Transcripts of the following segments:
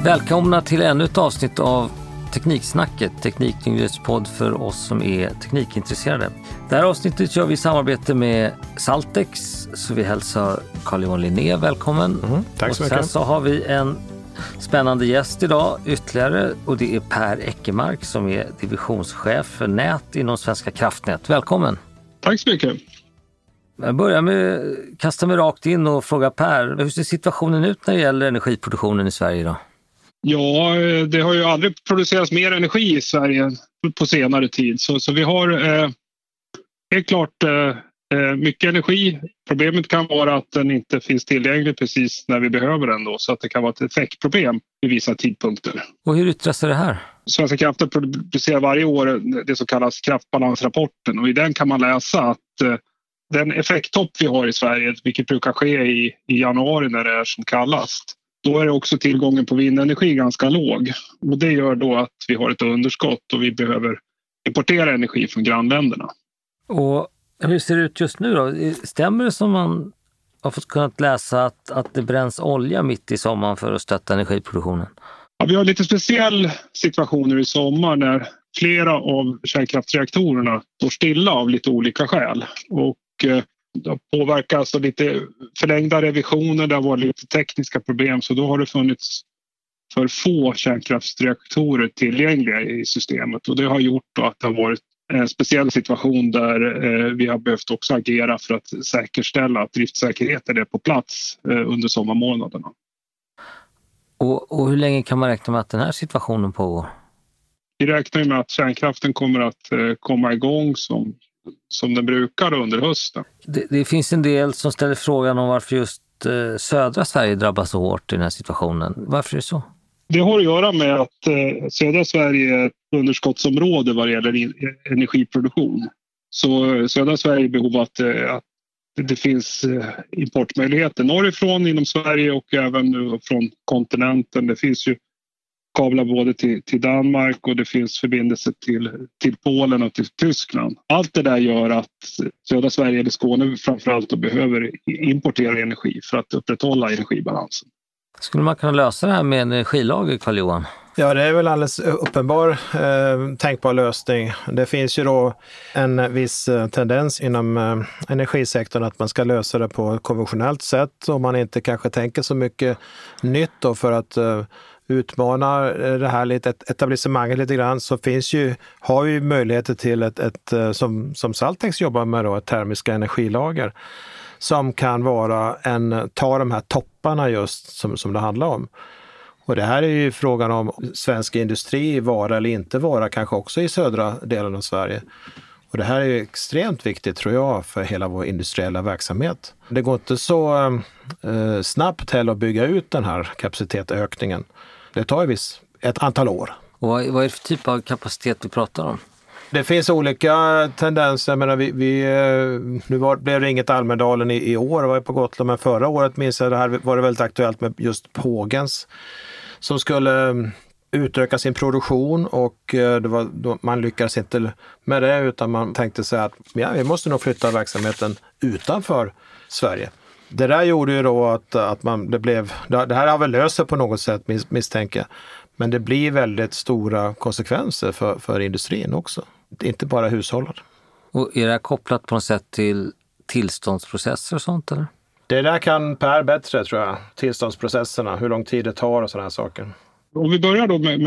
Välkomna till ännu ett avsnitt av Tekniksnacket, tekniknyhetspodd för oss som är teknikintresserade. Det här avsnittet gör vi i samarbete med Saltex, så vi hälsar Carl-Johan Linné välkommen. Tack så mycket. Och sen så har vi en spännande gäst idag ytterligare, och det är Per Eckermark som är divisionschef för nät inom Svenska kraftnät. Välkommen! Tack så mycket! Jag börjar med att kasta mig rakt in och fråga Per, hur ser situationen ut när det gäller energiproduktionen i Sverige idag? Ja, det har ju aldrig producerats mer energi i Sverige på senare tid. Så vi har helt klart mycket energi. Problemet kan vara att den inte finns tillgänglig precis när vi behöver den då, så att det kan vara ett effektproblem vid vissa tidpunkter. Och hur yttrar sig det här? Svenska kraftnät producerar varje år det som kallas kraftbalansrapporten, och i den kan man läsa att den effekttopp vi har i Sverige, vilket brukar ske i januari när det är som kallast, då är det också tillgången på vindenergi ganska låg. Och det gör då att vi har ett underskott och vi behöver importera energi från grannländerna. Och hur ser det ut just nu då? Stämmer det som man har fått kunnat läsa att det bränns olja mitt i sommaren för att stötta energiproduktionen? Ja, vi har lite speciell situationer i sommar när flera av kärnkraftsreaktorerna står stilla av lite olika skäl. Och det påverkas av lite förlängda revisioner, där var lite tekniska problem, så då har det funnits för få kärnkraftsreaktorer tillgängliga i systemet, och det har gjort då att det har varit en speciell situation där vi har behövt också agera för att säkerställa att driftsäkerheten är på plats under sommarmånaderna. Och hur länge kan man räkna med att den här situationen pågår? Vi räknar med att kärnkraften kommer att komma igång som den brukar under hösten. Det finns en del som ställer frågan om varför just södra Sverige drabbas så hårt i den här situationen. Varför är det så? Det har att göra med att södra Sverige är ett underskottsområde vad det gäller energiproduktion. Så södra Sverige är i behov av att det finns importmöjligheter norrifrån inom Sverige och även nu från kontinenten. Det finns ju kablar både till Danmark och det finns förbindelser till Polen och till Tyskland. Allt det där gör att södra Sverige eller Skåne framförallt då behöver importera energi för att upprätthålla energibalansen. Skulle man kunna lösa det här med energilager, Carl-Johan? Ja, det är väl alldeles uppenbar tänkbar lösning. Det finns ju då en viss tendens inom energisektorn att man ska lösa det på ett konventionellt sätt, och man inte kanske tänker så mycket nytt då för att utmana det här lite, etablissemanget lite grann, så har vi möjligheter till ett som Saltex jobbar med då, ett termiska energilager som kan ta de här topparna just som det handlar om. Och det här är ju frågan om svensk industri vara eller inte vara, kanske också i södra delen av Sverige. Och det här är ju extremt viktigt, tror jag, för hela vår industriella verksamhet. Det går inte så snabbt heller att bygga ut den här kapacitetökningen. Det tar ju ett antal år. Och vad är det för typ av kapacitet vi pratar om? Det finns olika tendenser. Jag menar, nu blev det inget Almedalen i år, var jag på Gotland, men förra året minns jag det här var det väldigt aktuellt med just Pågens som skulle utöka sin produktion, och man lyckades inte med det, utan man tänkte sig att vi måste nog flytta verksamheten utanför Sverige. Det där gjorde ju då att det här har väl löst sig på något sätt, misstänker jag. Men det blir väldigt stora konsekvenser för industrin också. Det är inte bara hushållen. Och är det här kopplat på något sätt till tillståndsprocesser och sånt, eller? Det där kan Per bättre, tror jag. Tillståndsprocesserna, hur lång tid det tar och sådana här saker. Om vi börjar då med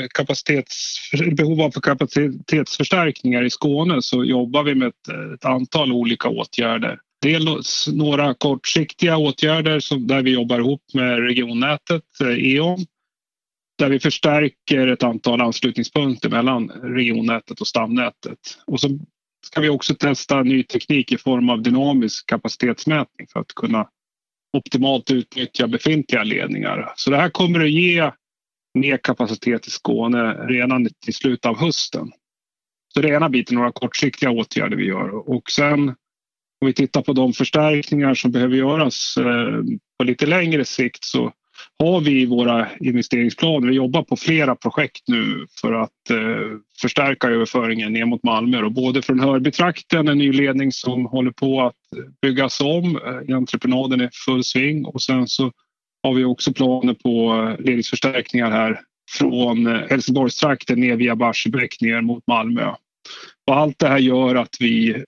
behov av kapacitetsförstärkningar i Skåne, så jobbar vi med ett antal olika åtgärder. Dels några kortsiktiga åtgärder där vi jobbar ihop med regionnätet, E.ON, där vi förstärker ett antal anslutningspunkter mellan regionnätet och stamnätet. Och så ska vi också testa ny teknik i form av dynamisk kapacitetsmätning för att kunna optimalt utnyttja befintliga ledningar. Så det här kommer att ge mer kapacitet i Skåne redan till slutet av hösten. Så det är ena biten, några kortsiktiga åtgärder vi gör. Och sen om vi tittar på de förstärkningar som behöver göras på lite längre sikt, så har vi våra investeringsplaner. Vi jobbar på flera projekt nu för att förstärka överföringen ner mot Malmö. Och både från Hörbytrakten, en ny ledning som håller på att byggas om. Entreprenaden är full sving, och sen så har vi också planer på ledningsförstärkningar här från Helsingborgstrakten ner via Barsebäck ner mot Malmö. Och allt det här gör att vi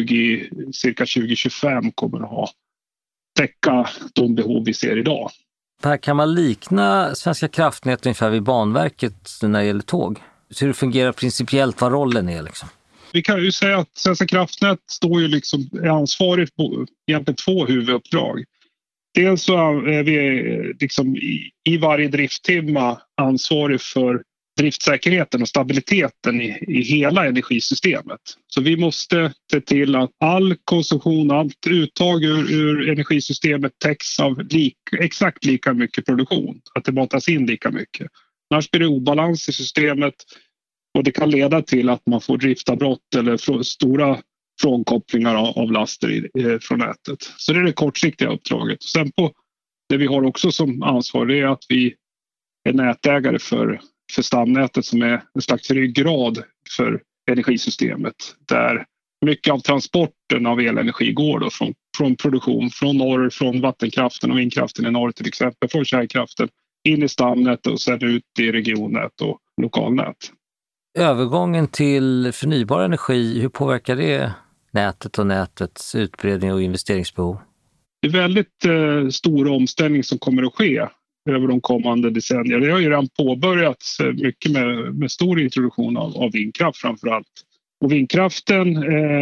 cirka 2025 kommer att täcka de behov vi ser idag. Per, kan man likna Svenska kraftnät ungefär vid Banverket när det gäller tåg? Hur det fungerar principiellt, vad rollen är liksom? Vi kan ju säga att Svenska kraftnät är ansvarig på egentligen 2 huvuduppdrag. Dels så är vi liksom i varje drifttimme ansvarig för driftsäkerheten och stabiliteten i hela energisystemet. Så vi måste se till att all konsumtion, allt uttag ur energisystemet täcks av exakt lika mycket produktion. Att det matas in lika mycket. Annars blir det obalans i systemet och det kan leda till att man får driftavbrott eller stora frånkopplingar av laster från nätet. Så det är det kortsiktiga uppdraget. Sen på det vi har också som ansvar är att vi är nätägare för stamnätet som är en slags ryggrad för energisystemet. Där mycket av transporten av elenergi går då från produktion från norr, från vattenkraften och vindkraften i norr till exempel, från kärnkraften in i stamnätet och sen ut i regionnät och lokalnät. Övergången till förnybar energi, hur påverkar det nätet och nätets utbredning och investeringsbehov? Det är väldigt stor omställning som kommer att ske över de kommande decennierna. Det har ju redan påbörjats mycket med stor introduktion av vindkraft framför allt. Och vindkraften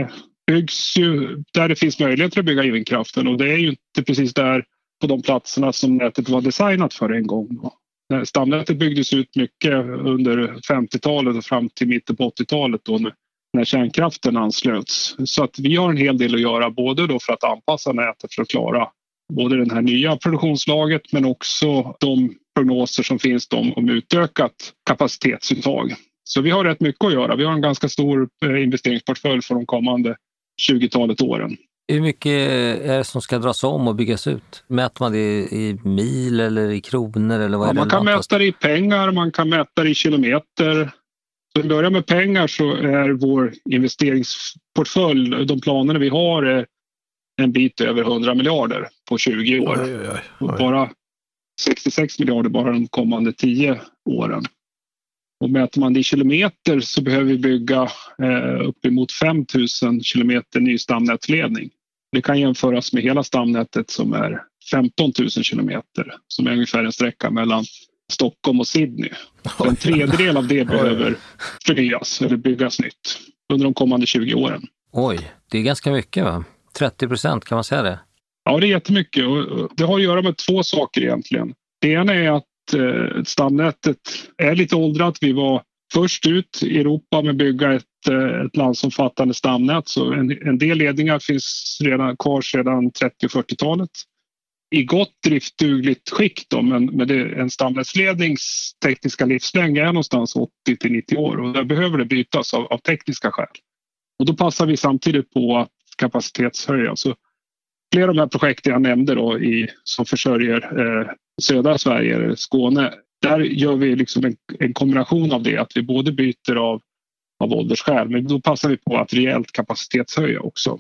byggs ju där det finns möjligheter att bygga i vindkraften och det är ju inte precis där på de platserna som nätet var designat för en gång. Stamnätet byggdes ut mycket under 50-talet och fram till mitten på 80-talet då när kärnkraften anslöts. Så att vi har en hel del att göra både då för att anpassa nätet för att klara både den här nya produktionslaget men också de prognoser som finns om utökat kapacitetsuttag. Så vi har rätt mycket att göra. Vi har en ganska stor investeringsportfölj för de kommande 20-talet åren. Hur mycket är det som ska dras om och byggas ut? Mäter man det i mil eller i kronor? Eller vad är det? Man kan mäta det i pengar, man kan mäta det i kilometer. Så vi börjar med pengar så är vår investeringsportfölj, de planerna vi har är en bit över 100 miljarder på 20 år. Oj. Bara 66 miljarder bara de kommande 10 åren. Och mäter man det i kilometer så behöver vi bygga uppemot 5 000 kilometer ny stamnätsledning. Det kan jämföras med hela stamnätet som är 15 000 kilometer som är ungefär en sträcka mellan Stockholm och Sydney. En tredjedel av det behöver förnyas eller byggas nytt under de kommande 20 åren. Oj, det är ganska mycket va? 30% kan man säga det? Ja, det är jättemycket och det har att göra med 2 saker egentligen. Det ena är att stamnätet är lite åldrat. Vi var först ut i Europa med att bygga ett landsomfattande stamnät. Så en del ledningar finns redan kvar sedan 30- och 40-talet. I gott driftdugligt skick då, men en stamnätslednings tekniska livslängd är någonstans 80-90 år och där behöver det bytas av tekniska skäl. Och då passar vi samtidigt på att kapacitetshöja. Så flera av de här projekten jag nämnde då som försörjer södra Sverige, Skåne, där gör vi liksom en kombination av det, att vi både byter av åldersskäl, men då passar vi på att rejält kapacitetshöja också.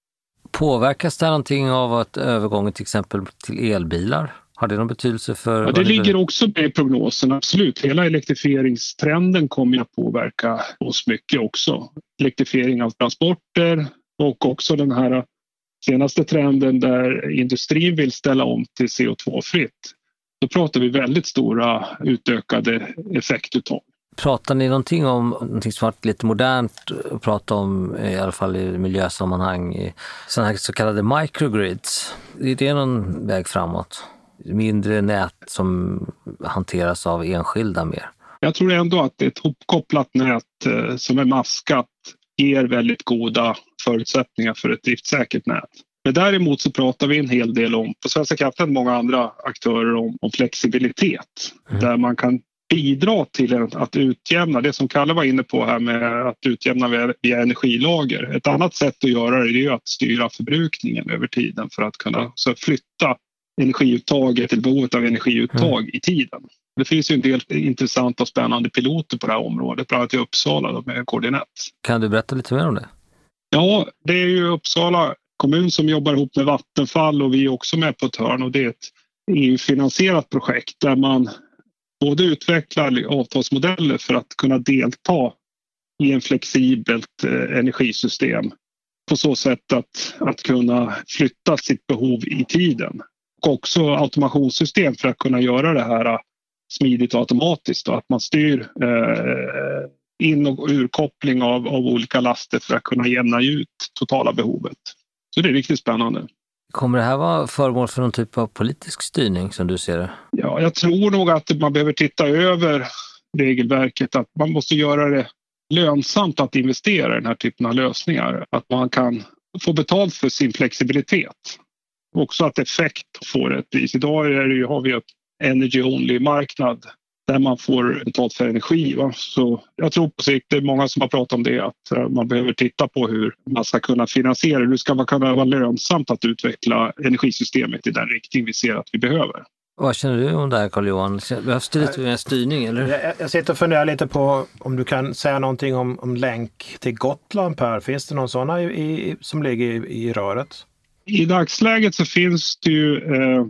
Påverkas det någonting av att övergången till exempel till elbilar? Har det någon betydelse för... Ja, det ligger också med i prognosen, absolut. Hela elektrifieringstrenden kommer att påverka oss mycket också. Elektrifiering av transporter och också den här senaste trenden där industrin vill ställa om till CO2-fritt. Då pratar vi väldigt stora utökade effektuttag. Pratar ni någonting om någonting som varit lite modernt att prata om, i alla fall i miljösammanhang, i sådana här så kallade microgrids? Är det någon väg framåt? Mindre nät som hanteras av enskilda mer? Jag tror ändå att ett hopkopplat nät som är maskat ger väldigt goda förutsättningar för ett driftsäkert nät. Men däremot så pratar vi en hel del om, på Svenska kraftnät och många andra aktörer, om flexibilitet. Där man kan bidra till att utjämna det som Kalle var inne på här med att utjämna via energilager. Ett annat sätt att göra det är att styra förbrukningen över tiden för att kunna så flytta energiuttaget till behovet av energiuttag i tiden. Det finns ju en del intressanta och spännande piloter på det här området, bland annat i Uppsala med Koordinat. Kan du berätta lite mer om det? Ja, det är ju Uppsala kommun som jobbar ihop med Vattenfall och vi är också med på ett hörn och det är EU-finansierat projekt där man både utvecklar avtalsmodeller för att kunna delta i en flexibelt energisystem på så sätt att kunna flytta sitt behov i tiden. Och också automationssystem för att kunna göra det här smidigt och automatiskt. Och att man styr in- och urkoppling av olika laster för att kunna jämna ut totala behovet. Så det är riktigt spännande. Kommer det här vara föremål för någon typ av politisk styrning som du ser det? Ja, jag tror nog att man behöver titta över regelverket. Att man måste göra det lönsamt att investera i den här typen av lösningar. Att man kan få betalt för sin flexibilitet. Också att effekt får ett pris. Idag har vi ett energy-only-marknad där man får betalt för energi. Va? Så jag tror på sikt, det är många som har pratat om det, att man behöver titta på hur man ska kunna finansiera. Hur ska man kunna vara lönsamt att utveckla energisystemet i den riktning vi ser att vi behöver. Vad känner du om det här, Carl-Johan? Behövs det lite mer styrning? Eller? Jag sitter och funderar lite på om du kan säga någonting om länk till Gotland, Per. Finns det någon sådana som ligger i röret? I dagsläget så finns det ju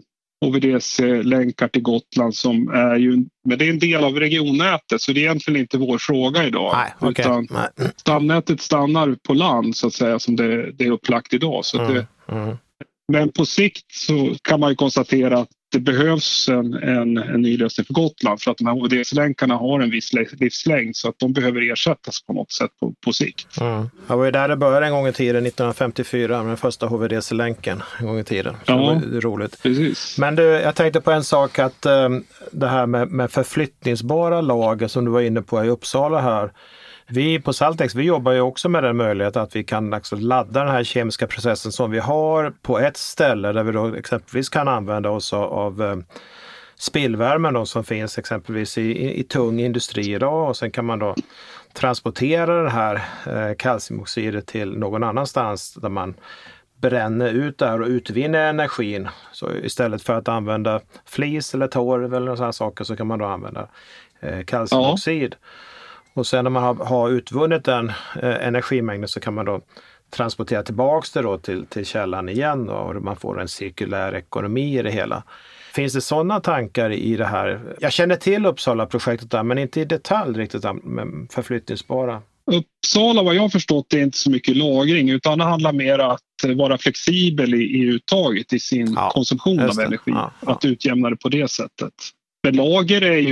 OVDC-länkar till Gotland som är ju, men det är en del av regionnätet, så det är egentligen inte vår fråga idag. Nej, okay. Utan stamnätet stannar på land så att säga, som det är upplagt idag. Så Men på sikt så kan man ju konstatera att det behövs en ny lösning för Gotland, för att de här HVDC-länkarna har en viss livslängd, så att de behöver ersättas på något sätt på sikt. Det var ju där det började en gång i tiden, 1954, med den första HVDC-länken en gång i tiden. Så det var roligt. Precis. Men du, jag tänkte på en sak, att det här med förflyttningsbara lager som du var inne på i Uppsala här. Vi på Saltex, vi jobbar ju också med den möjligheten att vi kan alltså ladda den här kemiska processen som vi har på ett ställe, där vi då exempelvis kan använda oss av spillvärmen då, som finns exempelvis i tung industri idag, och sen kan man då transportera det här kalciumoxidet till någon annanstans där man bränner ut där och utvinner energin. Så istället för att använda flis eller torv eller sådana saker, så kan man då använda kalciumoxid. Och sen när man har utvunnit den energimängden, så kan man då transportera tillbaks det då till källan igen, och man får en cirkulär ekonomi i det hela. Finns det sådana tankar i det här? Jag känner till Uppsala-projektet där, men inte i detalj riktigt med förflyttningsbara. Uppsala, vad jag har förstått, det är inte så mycket lagring, utan det handlar mer om att vara flexibel i uttaget i sin konsumtion av energi. Att utjämna det på det sättet. Men lager är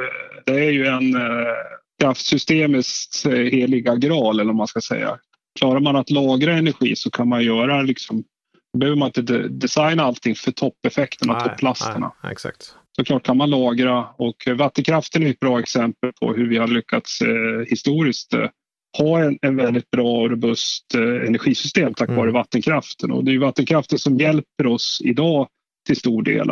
ju en kraftsystemets heliga graal, eller vad man ska säga. Klarar man att lagra energi så kan man göra behöver man inte designa allting för toppeffekterna, topplasterna. Exakt. Så klart kan man lagra, och vattenkraften är ett bra exempel på hur vi har lyckats historiskt ha en väldigt bra och robust energisystem tack vare vattenkraften. Och det är ju vattenkraften som hjälper oss idag till stor del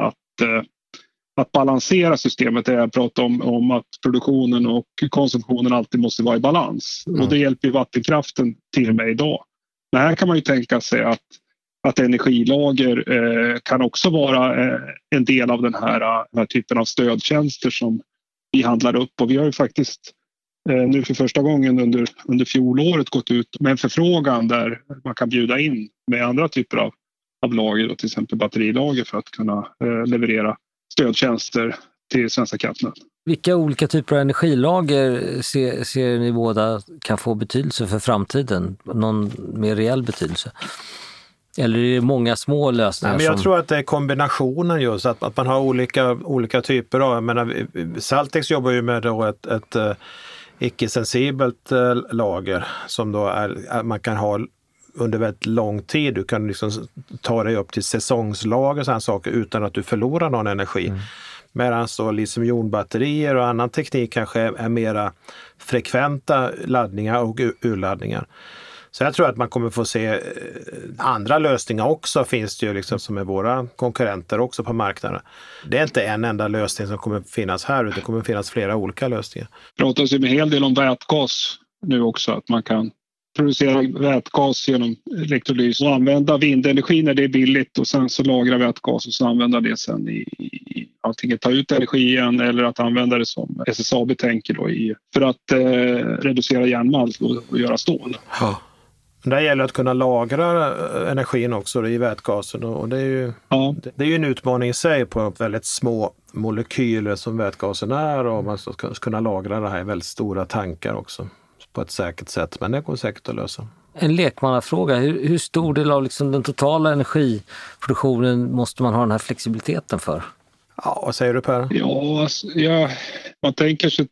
att balansera systemet. Jag pratar om att produktionen och konsumtionen alltid måste vara i balans. Och det hjälper ju vattenkraften till med idag. Men här kan man ju tänka sig att energilager kan också vara en del av den här typen av stödtjänster som vi handlar upp. Och vi har ju faktiskt nu för första gången under fjolåret gått ut med en förfrågan där man kan bjuda in med andra typer av lager, till exempel batterilager, för att kunna leverera stödtjänster till Svenska kraftnät. Vilka olika typer av energilager ser ni båda kan få betydelse för framtiden? Någon mer reell betydelse? Eller är det många små lösningar? Nej, men jag tror att det är kombinationen just, att man har olika typer av. Jag menar, Saltex jobbar ju med då ett icke-sensibelt lager som då man kan ha under väldigt lång tid. Du kan liksom ta dig upp till säsongslager och sådana saker utan att du förlorar någon energi. Medan så litiumjonbatterier och annan teknik kanske är mera frekventa laddningar och urladdningar. Så jag tror att man kommer få se andra lösningar också, finns det ju liksom, som är våra konkurrenter också på marknaden. Det är inte en enda lösning som kommer finnas här, utan det kommer finnas flera olika lösningar. Det pratas ju en hel del om vätgas nu också, att man kan producera vätgas genom elektrolys och använda vindenergi när det är billigt, och sen så lagra vätgas och så använda det sen i antingen ta ut energi igen eller att använda det som SSAB tänker då för att reducera järnmalm och göra stål. Ja. Där gäller att kunna lagra energin också i vätgasen och det är ju, det är ju en utmaning i sig på väldigt små molekyler som vätgasen är och man ska kunna lagra det här i väldigt stora tankar också på ett säkert sätt, men det går säkert att lösa. En lekmannafråga, hur stor del av liksom den totala energiproduktionen måste man ha den här flexibiliteten för? Ja, vad säger du Per? Ja, man tänker sig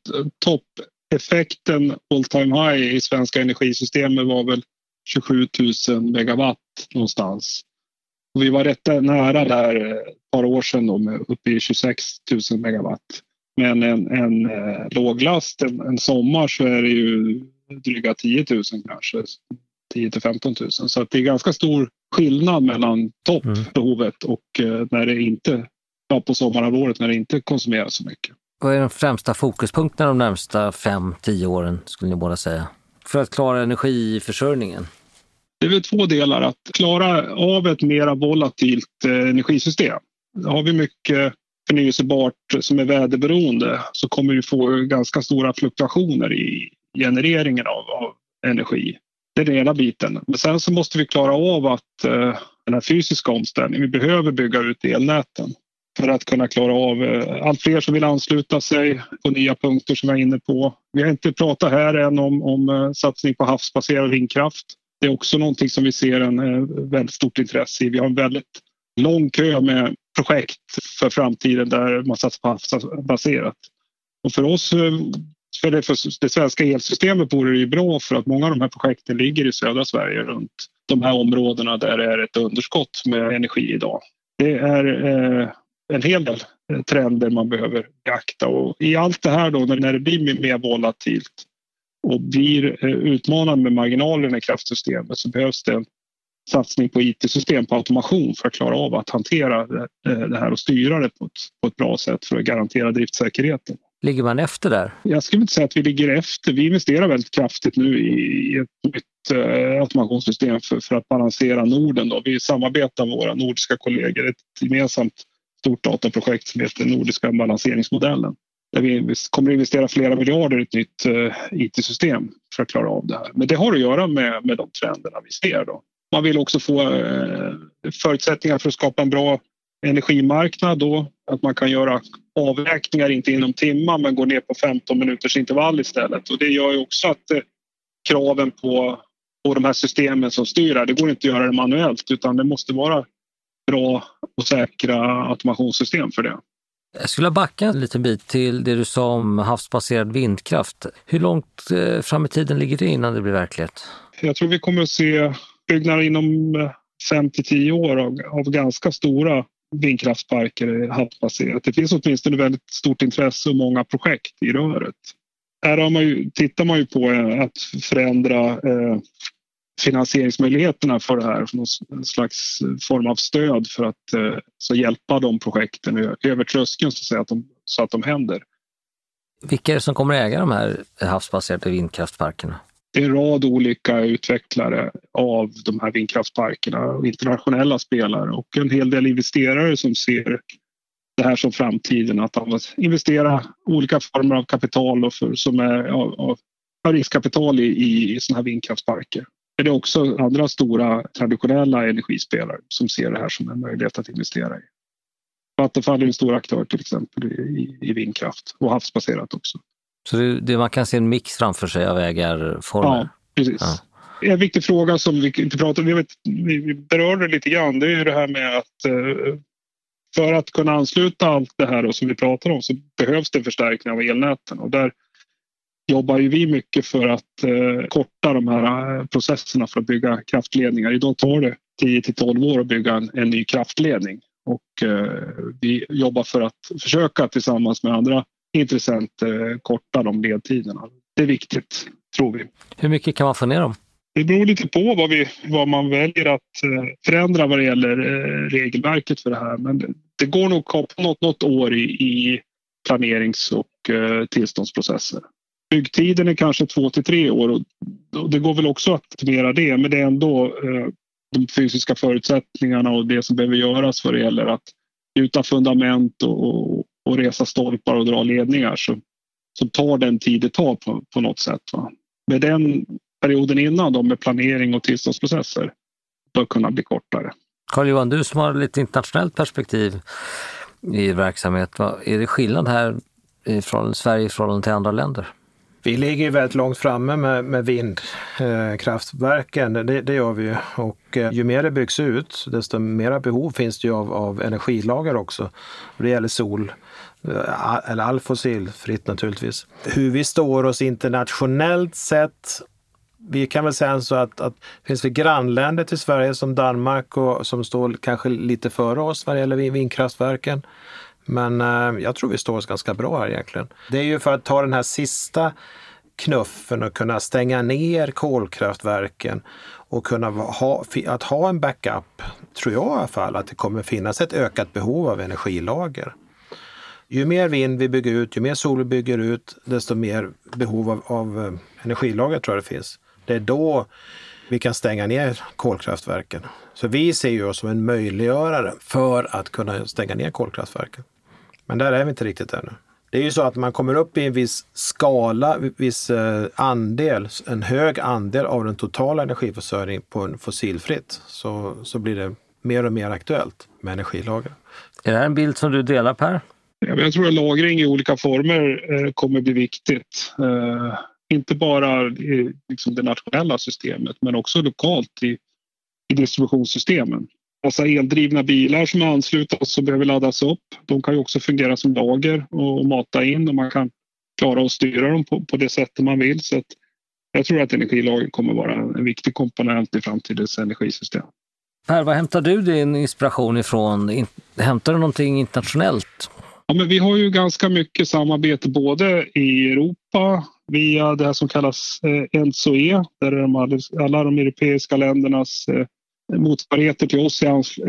toppeffekten all time high i svenska energisystemet var väl 27 000 megawatt någonstans. Och vi var rätt nära där ett par år sedan då, med uppe i 26 000 megawatt. Men en låglast en sommar så är det ju dryga 10 000 kanske, 10 till 15 000. Så att det är ganska stor skillnad mellan toppbehovet och när det inte, på sommarhalvåret när det inte konsumeras så mycket. Vad är de främsta fokuspunkterna de närmsta 5-10 åren skulle ni båda säga? För att klara energiförsörjningen? Det är väl två delar. Att klara av ett mera volatilt energisystem. Har vi mycket förnyelsebart som är väderberoende så kommer vi få ganska stora fluktuationer i genereringen av energi. Det är den ena biten. Men sen så måste vi klara av att den här fysiska omställningen, vi behöver bygga ut elnäten för att kunna klara av allt fler som vill ansluta sig på nya punkter som jag är inne på. Vi har inte pratat här än om satsning på havsbaserad vindkraft. Det är också någonting som vi ser en väldigt stort intresse i. Vi har en väldigt lång kö med projekt för framtiden där man satsar på havsbaserat. Och för oss, för det svenska elsystemet vore det ju bra för att många av de här projekten ligger i södra Sverige runt de här områdena där det är ett underskott med energi idag. Det är en hel del trender man behöver beakta och i allt det här då när det blir mer volatilt och blir utmanande med marginalerna i kraftsystemet så behövs det en satsning på IT-system, på automation för att klara av att hantera det här och styra det på ett bra sätt för att garantera driftsäkerheten. Ligger man efter där? Jag skulle inte säga att vi ligger efter. Vi investerar väldigt kraftigt nu i ett nytt automationssystem för att balansera Norden. Då. Vi samarbetar med våra nordiska kollegor. Ett gemensamt stort dataprojekt som heter Nordiska balanseringsmodellen. Där vi kommer att investera flera miljarder i ett nytt IT-system för att klara av det här. Men det har att göra med de trenderna vi ser då. Man vill också få förutsättningar för att skapa en bra energimarknad då. Att man kan göra avräkningar inte inom timmar men gå ner på 15 minuters intervall istället. Och det gör ju också att kraven på de här systemen som styr det går inte att göra det manuellt utan det måste vara bra och säkra automationssystem för det. Jag skulle backa en liten bit till det du sa om havsbaserad vindkraft. Hur långt fram i tiden ligger det innan det blir verklighet? Jag tror vi kommer att se byggnader inom 5-10 år av ganska stora vindkraftsparker havsbaserat. Det finns åtminstone väldigt stort intresse och många projekt i röret. Här tittar man ju på att förändra finansieringsmöjligheterna för det här. Någon slags form av stöd för att så hjälpa de projekten över tröskeln så att de händer. Vilka är det som kommer äga de här havsbaserade vindkraftparkerna? Det är en rad olika utvecklare av de här vindkraftsparkerna, internationella spelare och en hel del investerare som ser det här som framtiden. Att investera olika former av kapital och som är av riskkapital i sådana här vindkraftsparker. Det är också andra stora traditionella energispelare som ser det här som en möjlighet att investera i. Vattenfall är en stor aktör till exempel i vindkraft och havsbaserat också. Så det man kan se en mix framför sig av ägarformer? Ja, precis. Ja. En viktig fråga som vi inte pratar om, vi berörde lite grann, det är ju det här med att för att kunna ansluta allt det här som vi pratar om så behövs det en förstärkning av elnäten och där jobbar ju vi mycket för att korta de här processerna för att bygga kraftledningar. Idag tar det 10-12 år att bygga en ny kraftledning och vi jobbar för att försöka tillsammans med andra intressenter korta de ledtiderna. Det är viktigt, tror vi. Hur mycket kan man få ner dem? Det beror lite på vad man väljer att förändra vad det gäller regelverket för det här. Men det går nog på något år i planerings- och tillståndsprocesser. Byggtiden är kanske 2-3 år och det går väl också att optimera det. Men det är ändå de fysiska förutsättningarna och det som behöver göras vad det gäller att gjuta fundament och resa stolpar och dra ledningar så tar den tid det tar på något sätt. Va? Med den perioden innan då med planering och tillståndsprocesser bör kunna bli kortare. Carl-Johan, du som har lite internationellt perspektiv i verksamhet, är det skillnad här från Sverige i förhållande till andra länder? Vi ligger väldigt långt framme med vindkraftverken, det gör vi. Och ju mer det byggs ut, desto mera behov finns det ju av energilager också. Det gäller sol, eller all fossilfritt naturligtvis. Hur vi står oss internationellt sett, vi kan väl säga så att finns det grannländer till Sverige som Danmark och som står kanske lite före oss vad det gäller vindkraftverken. Men jag tror vi står oss ganska bra här egentligen. Det är ju för att ta den här sista knuffen och kunna stänga ner kolkraftverken och kunna ha en backup, tror jag i alla fall, att det kommer finnas ett ökat behov av energilager. Ju mer vind vi bygger ut, ju mer sol vi bygger ut, desto mer behov av energilager tror jag det finns. Det är då vi kan stänga ner kolkraftverken. Så vi ser ju oss som en möjliggörare för att kunna stänga ner kolkraftverken. Men där är vi inte riktigt ännu. Det är ju så att man kommer upp i en viss skala, viss andel, en hög andel av den totala energiförsörjningen på en fossilfritt, så blir det mer och mer aktuellt med energilager. Är det här en bild som du delar, Per? Jag tror att lagring i olika former kommer bli viktigt. Inte bara i liksom det nationella systemet men också lokalt i distributionssystemen. Alltså eldrivna bilar som är anslutna och som behöver laddas upp, de kan ju också fungera som lager och mata in, och man kan klara att styra dem på det sättet man vill. Så att jag tror att energilager kommer vara en viktig komponent i framtidens energisystem. Per, vad hämtar du din inspiration ifrån? Hämtar du någonting internationellt? Ja, men vi har ju ganska mycket samarbete både i Europa via det här som kallas ENTSO-E, där alla de europeiska ländernas motsvarigheter till oss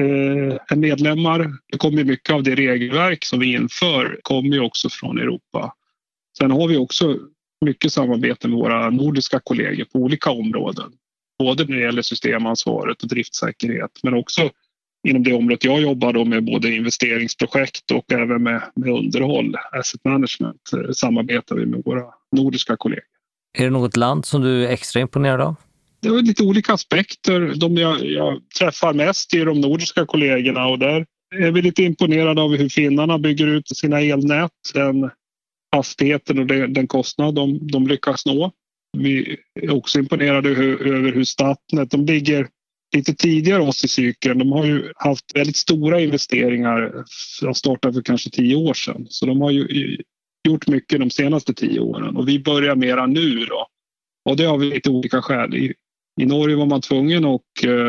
är medlemmar. Det kommer mycket av det regelverk som vi inför kommer ju också från Europa. Sen har vi också mycket samarbete med våra nordiska kollegor på olika områden. Både när det gäller systemansvaret och driftsäkerhet, men också inom det området jag jobbar då med både investeringsprojekt och även med underhåll, asset management, samarbetar vi med våra nordiska kollegor. Är det något land som du är extra imponerad av? Det är lite olika aspekter. De jag träffar mest är de nordiska kollegorna, och där är vi lite imponerade av hur finnarna bygger ut sina elnät, den hastigheten och den kostnad de lyckas nå. Vi är också imponerade över hur Statnett, de ligger lite tidigare oss i cykeln. De har ju haft väldigt stora investeringar, de startade för kanske 10 år sedan. Så de har ju gjort mycket de senaste 10 åren, och vi börjar mera nu då. Och det har vi lite olika skäl. I Norge var man tvungen att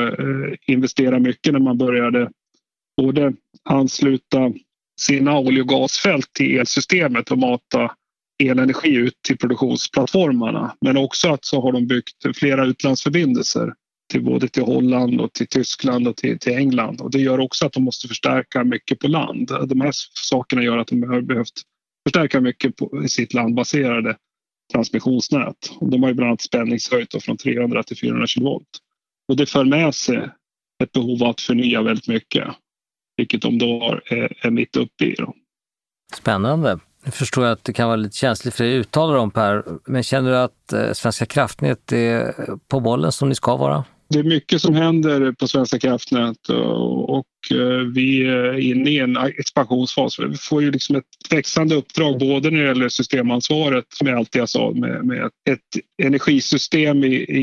investera mycket när man började både ansluta sina olje- och gasfält till elsystemet och mata elenergi ut till produktionsplattformarna. Men också att så har de byggt flera utlandsförbindelser både till Holland och till Tyskland och till England. Och det gör också att de måste förstärka mycket på land. De här sakerna gör att de har behövt förstärka mycket i sitt landbaserade transmissionsnät. Och de har ju bland annat spänningshöjt från 300 till 400 kilovolt. Och det för med sig ett behov av att förnya väldigt mycket, vilket de då är mitt uppe i. Då. Spännande. Nu förstår jag att det kan vara lite känsligt för dig att uttala dem, Per. Men känner du att Svenska kraftnät är på bollen som ni ska vara? Det är mycket som händer på Svenska kraftnät, och vi är inne i en expansionsfas. Vi får ju liksom ett växande uppdrag både när det gäller systemansvaret, som jag alltid sa, med ett energisystem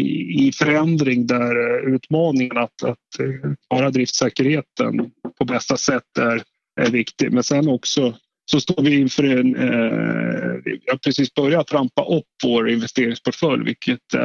i förändring, där utmaningen att klara driftsäkerheten på bästa sätt är viktig. Men sen också så står vi inför vi har precis börjat rampa upp vår investeringsportfölj, vilket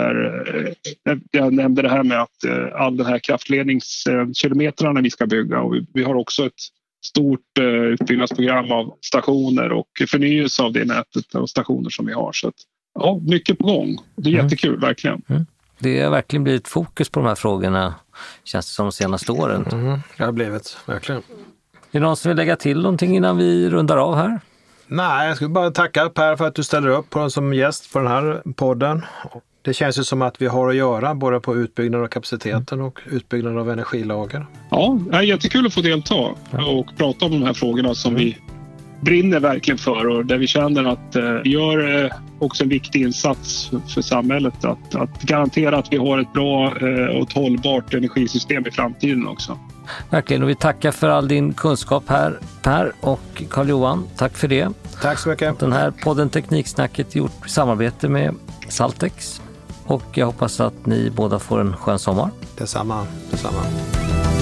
jag nämnde det här med att all den här kraftledningskilometrarna vi ska bygga, och vi har också ett stort utbyggnadsprogram av stationer och förnyelse av det nätet och stationer som vi har. Så att, ja, mycket på gång. Det är jättekul, verkligen. Det har verkligen blivit fokus på de här frågorna, känns det som, de senaste åren. Det har blivit, verkligen. Är det någon som vill lägga till någonting innan vi rundar av här? Nej, jag skulle bara tacka Per för att du ställer upp som gäst på den här podden. Det känns ju som att vi har att göra både på utbyggnad av kapaciteten och utbyggnad av energilager. Ja, det är jättekul att få delta och prata om de här frågorna som vi brinner verkligen för och där vi känner att vi gör också en viktig insats för samhället att garantera att vi har ett bra och ett hållbart energisystem i framtiden också. Verkligen, och vi tackar för all din kunskap här, Per och Carl-Johan. Tack för det. Tack så mycket. Den här podden Tekniksnacket är gjort i samarbete med Saltex och jag hoppas att ni båda får en skön sommar. Detsamma.